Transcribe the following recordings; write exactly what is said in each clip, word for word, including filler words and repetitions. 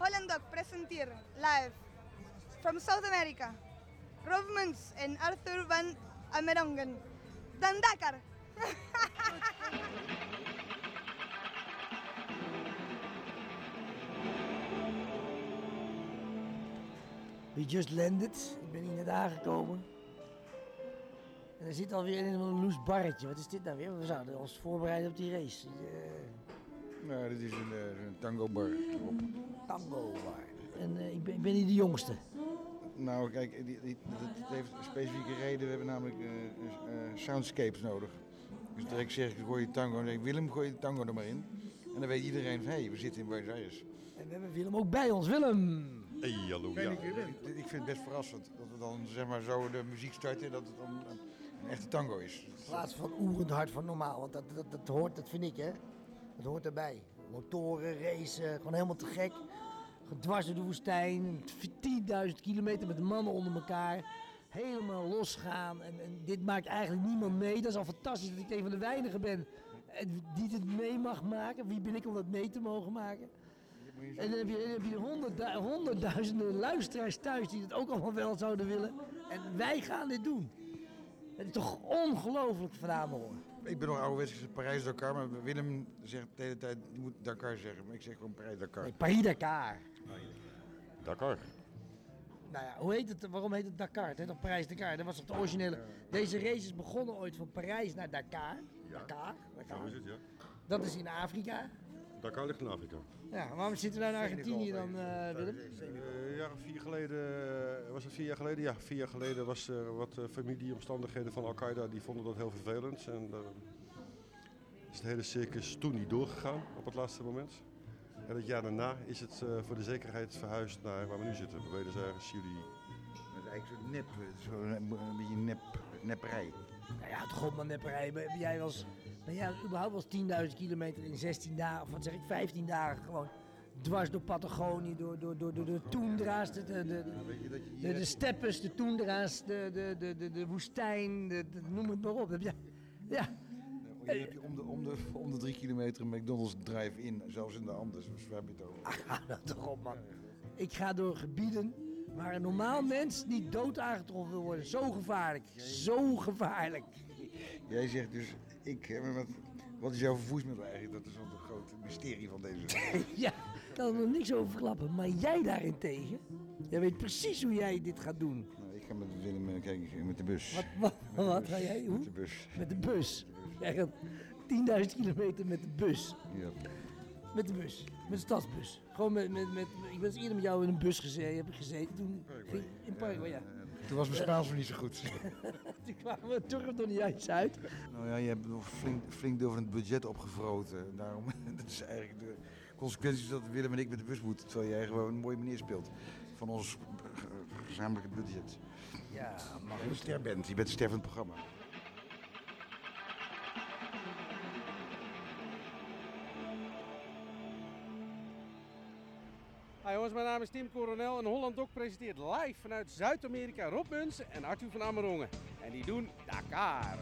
Holland Doc presenteer live from South America. Rob Muns en Arthur van Amerongen. Dan Dakar. We just landed. Ik ben hier net aangekomen. En er zit alweer in een loes barretje. Wat is dit nou weer? We zouden ons voorbereiden op die race. Uh... Nou, dit is een, uh, een tango bar. Tango bar. En uh, ik, ben, ik ben hier de jongste. Nou, kijk, die, die, dat heeft een specifieke reden. We hebben namelijk uh, uh, soundscapes nodig. Dus direct zeg ik, gooi je tango. Dan zeg ik, Willem, gooi je de tango er maar in. En dan weet iedereen van, hé, hey, we zitten in Buenos Aires. En we hebben Willem ook bij ons. Willem! Hey, hallo. Ja. Ik, ik vind het best verrassend dat we dan zeg maar zo de muziek starten en dat het dan een, een echte tango is. In plaats van oerend hard van normaal, want dat, dat, dat hoort, dat vind ik hè. Dat hoort erbij. Motoren, racen, gewoon helemaal te gek. Dwars door de woestijn, tienduizend kilometer met de mannen onder elkaar. Helemaal losgaan. En, en dit maakt eigenlijk niemand mee. Dat is al fantastisch dat ik een van de weinigen ben die het mee mag maken. Wie ben ik om dat mee te mogen maken? En dan heb je, dan heb je honderddu- honderdduizenden luisteraars thuis die het ook allemaal wel zouden willen. En wij gaan dit doen. Het is toch ongelooflijk vandaan hoor. Ik ben nog ouderwets Parijs-Dakar, maar Willem zegt de hele tijd, je moet Dakar zeggen. Maar ik zeg gewoon Parijs-Dakar. Nee, Paris-Dakar. Dakar. Nou ja, hoe heet het, waarom heet het Dakar? Het heet toch Parijs-Dakar? Dat was toch de originele... Deze race is begonnen ooit van Parijs naar Dakar. Ja. Dakar. Dakar. Zo is het, ja. Dat is in Afrika. Dakar ligt in Afrika. Ja, waarom zitten we nou in Argentinië dan, uh, Willem? Uh, een jaar of vier geleden, uh, was het vier jaar geleden? Ja, vier jaar geleden was er wat uh, familieomstandigheden van Al-Qaeda, die vonden dat heel vervelend. En uh, is het hele circus toen niet doorgegaan op het laatste moment. En het jaar daarna is het uh, voor de zekerheid verhuisd naar waar we nu zitten, bij Buenos Aires, Chili. Dat is eigenlijk zo'n nep, zo'n een beetje nep, nepperij. Nou ja, het god man nepperij. Ben jij wel eens, ben jij überhaupt wel eens tienduizend kilometer in zestien dagen, of wat zeg ik, vijftien dagen gewoon dwars door Patagonië, door, door, door, door de toendra's, de, de, de, de, de steppes, de toendra's, de, de, de, de, de woestijn, de, de, noem het maar op. Heb jij, ja. Hier heb je om de, om, de, om de drie kilometer een McDonald's drive-in, zelfs in de Anders. Dus waar heb je het over? Ach, hou nou toch op man. Ik ga door gebieden waar een normaal mens niet dood aangetroffen wil worden. Zo gevaarlijk, zo gevaarlijk. Jij zegt dus, ik, wat, wat is jouw vervoersmiddel eigenlijk? Dat is wel een groot mysterie van deze zaak. Ja, ik kan er nog niks over verklappen. Maar jij daarentegen, jij weet precies hoe jij dit gaat doen. Nou, ik ga met Willem, kijk, met de bus. Wat, wat, wat ga jij doen? Met de bus. Met de bus. Jij gaat tienduizend kilometer met de bus. Ja. Met de bus, met de stadsbus. Gewoon met, met, met, ik ben eens eerder met jou in een bus gezeten, heb ik gezeten. Toen ging, in Paraguay, ja. Toen was mijn Spaans nog niet zo goed. Toen kwamen we toch nog niet eens uit. Nou ja, je hebt nog flink, flink door het budget opgevroten. Daarom, dat is eigenlijk de consequentie dat Willem en ik met de bus moeten. Terwijl jij gewoon een mooie meneer speelt van ons gezamenlijke budget. Ja, maar je een ster bent, je bent een ster van het programma. Hi jongens, mijn naam is Tim Coronel en Holland Doc presenteert live vanuit Zuid-Amerika Rob Muns en Arthur van Amerongen. En die doen Dakar.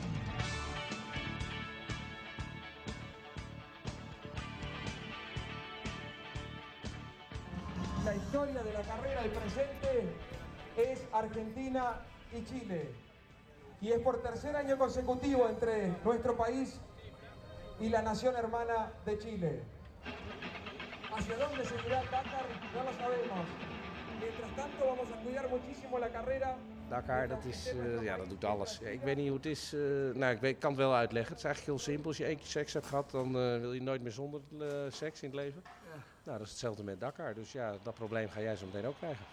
La historia de la carrera del presente es Argentina y Chile. Y es por tercer año consecutivo entre nuestro país y la nación hermana de Chile. ¿Hacia dónde seguirá Dakar? No lo sabemos. Mientras tanto vamos a cuidar muchísimo la carrera. Dakar, dat, is, uh, ja, dat doet alles. Ik weet niet hoe het is. Uh, nou, ik, weet, ik kan het wel uitleggen. Het is eigenlijk heel simpel. Als je één keer seks hebt gehad, dan uh, wil je nooit meer zonder uh, seks in het leven. Ja. Nou, dat is hetzelfde met Dakar. Dus ja, dat probleem ga jij zo meteen ook krijgen.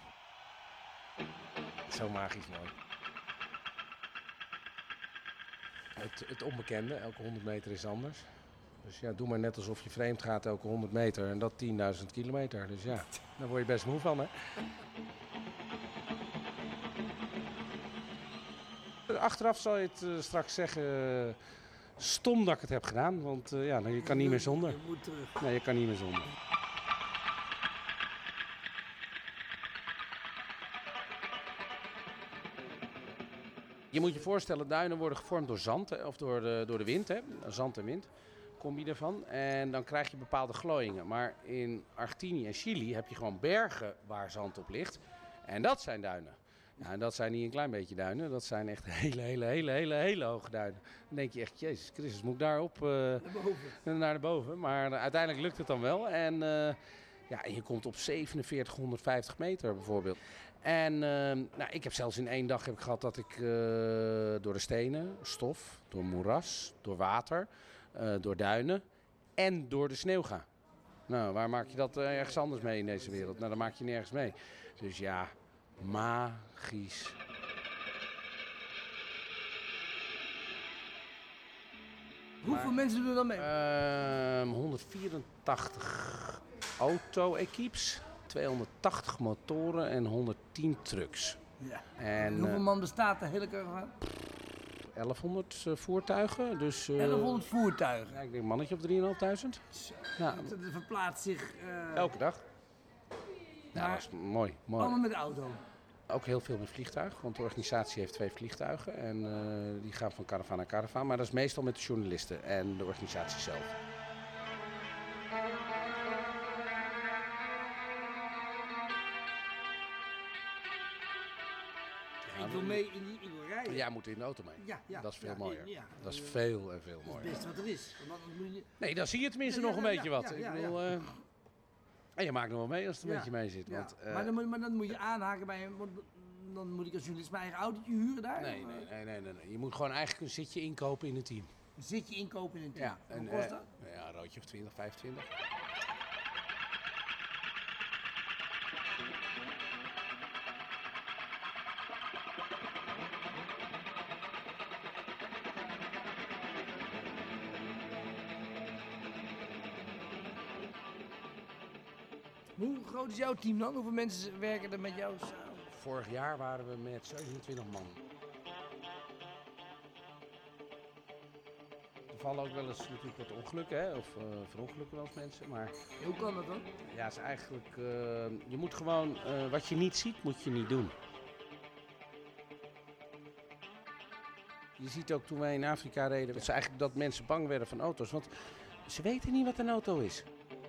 Zo magisch mooi. Het, het onbekende, elke honderd meter is anders. Dus ja, doe maar net alsof je vreemd gaat elke honderd meter en dat tienduizend kilometer. Dus ja, daar word je best moe van, hè. Achteraf zal je het uh, straks zeggen, uh, stom dat ik het heb gedaan, want uh, ja, je kan niet meer zonder. Je moet terug. Nee, je kan niet meer zonder. Je moet je voorstellen, duinen worden gevormd door zand, hè, of door de, door de wind, hè, zand en wind. combi ervan. En dan krijg je bepaalde glooiingen. Maar in Argentinië en Chili heb je gewoon bergen waar zand op ligt. En dat zijn duinen. Ja, en dat zijn niet een klein beetje duinen. Dat zijn echt hele, hele, hele, hele, hele hoge duinen. Dan denk je echt, Jezus Christus, moet ik daarop uh, naar boven. Naar boven. Maar uh, uiteindelijk lukt het dan wel. En uh, ja, je komt op zevenenveertighonderdvijftig meter bijvoorbeeld. En uh, nou, ik heb zelfs in één dag heb ik gehad dat ik uh, door de stenen, stof, door moeras, door water, uh, door duinen en door de sneeuw ga. Nou, waar maak je dat uh, ergens anders mee in deze wereld? Nou, dan maak je nergens mee. Dus ja, magisch. Hoeveel maar, mensen doen er dan mee? Uh, honderdvierentachtig auto-equipes, tweehonderdtachtig motoren en honderdtien trucks. Ja. En hoeveel uh, man bestaat de hele caravan? elfhonderd uh, voertuigen. Dus, uh, elfhonderd voertuigen? Ja, ik denk een mannetje op drieduizend vijfhonderd. Ja. Het verplaatst zich... Uh... Elke dag. Ja, dat is mooi, mooi. Allemaal met de auto? Ook heel veel met vliegtuig, want de organisatie heeft twee vliegtuigen. En uh, die gaan van caravan naar caravan. Maar dat is meestal met de journalisten en de organisatie zelf. Ik wil mee in die, ik wil rijden. Ja, moet in de auto mee. Ja, ja, dat is veel ja, mooier. Ja. Dat is veel en veel mooier. Dat is best wat er is. Want je... Nee, dan zie je tenminste ja, nog een ja, beetje ja, wat. Ja, ja, ik bedoel, ja. uh, en je maakt nog wel mee als het een ja. beetje mee zit. Ja. Want, uh, maar, dan moet, maar dan moet je aanhaken bij een... Dan moet ik als journalist mijn eigen autootje huren daar? Nee, nee, nee, nee, nee, nee. Je moet gewoon eigenlijk een zitje inkopen in een team. Een zitje inkopen in een team? Ja. En, Hoe kost uh, dat? Ja, een roodje of twintig, vijfentwintig. Hoe groot is jouw team dan? Hoeveel mensen werken er met jou samen? Vorig jaar waren we met zevenentwintig man. Er vallen ook wel eens natuurlijk wat ongelukken, hè? Of uh, verongelukken wel eens mensen. Maar hoe kan dat dan? Ja, het is eigenlijk, uh, je moet gewoon, uh, wat je niet ziet, moet je niet doen. Je ziet ook toen wij in Afrika reden, dat, ze eigenlijk, dat mensen bang werden van auto's. Want ze weten niet wat een auto is.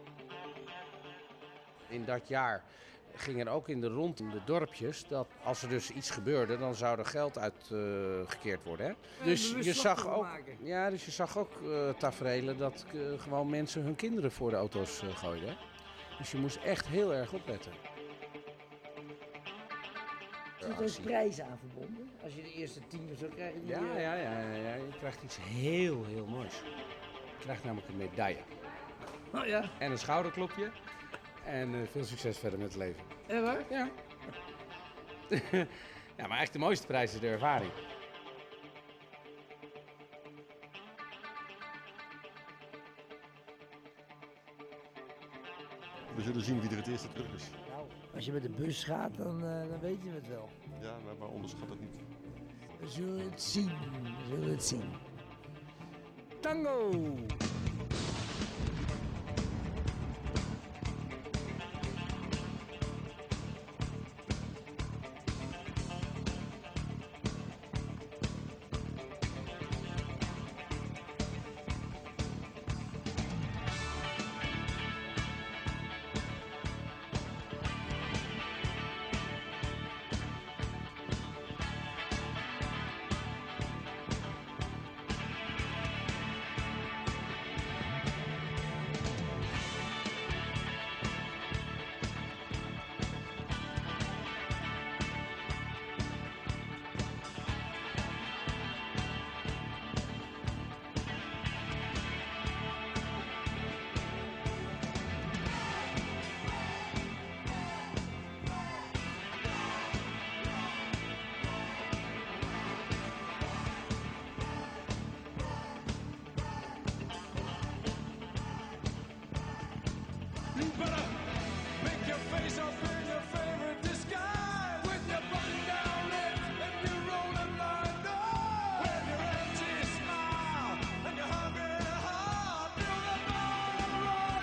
In dat jaar ging er ook in de rond in de dorpjes dat als er dus iets gebeurde, dan zou er geld uitgekeerd uh, worden. Hè? Ja, dus, je zag ook, ja, dus je zag ook uh, taferelen dat uh, gewoon mensen hun kinderen voor de auto's uh, gooiden. Hè? Dus je moest echt heel erg opletten. Er zitten ook prijzen aan verbonden? Als je de eerste tien of zo krijgt? Ja, uh... ja, ja, ja, ja, je krijgt iets heel, heel moois. Je krijgt namelijk een medaille. Oh ja? En een schouderklopje. En uh, veel succes verder met het leven. Ja, waar? Ja. Ja, maar echt de mooiste prijs is de ervaring. We zullen zien wie er het eerste terug is. Nou, als je met de bus gaat, dan, uh, dan weet je het wel. Ja, maar, maar onderschat het niet. We zullen het zien. We zullen het zien. Tango!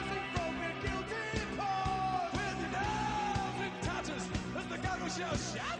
Shut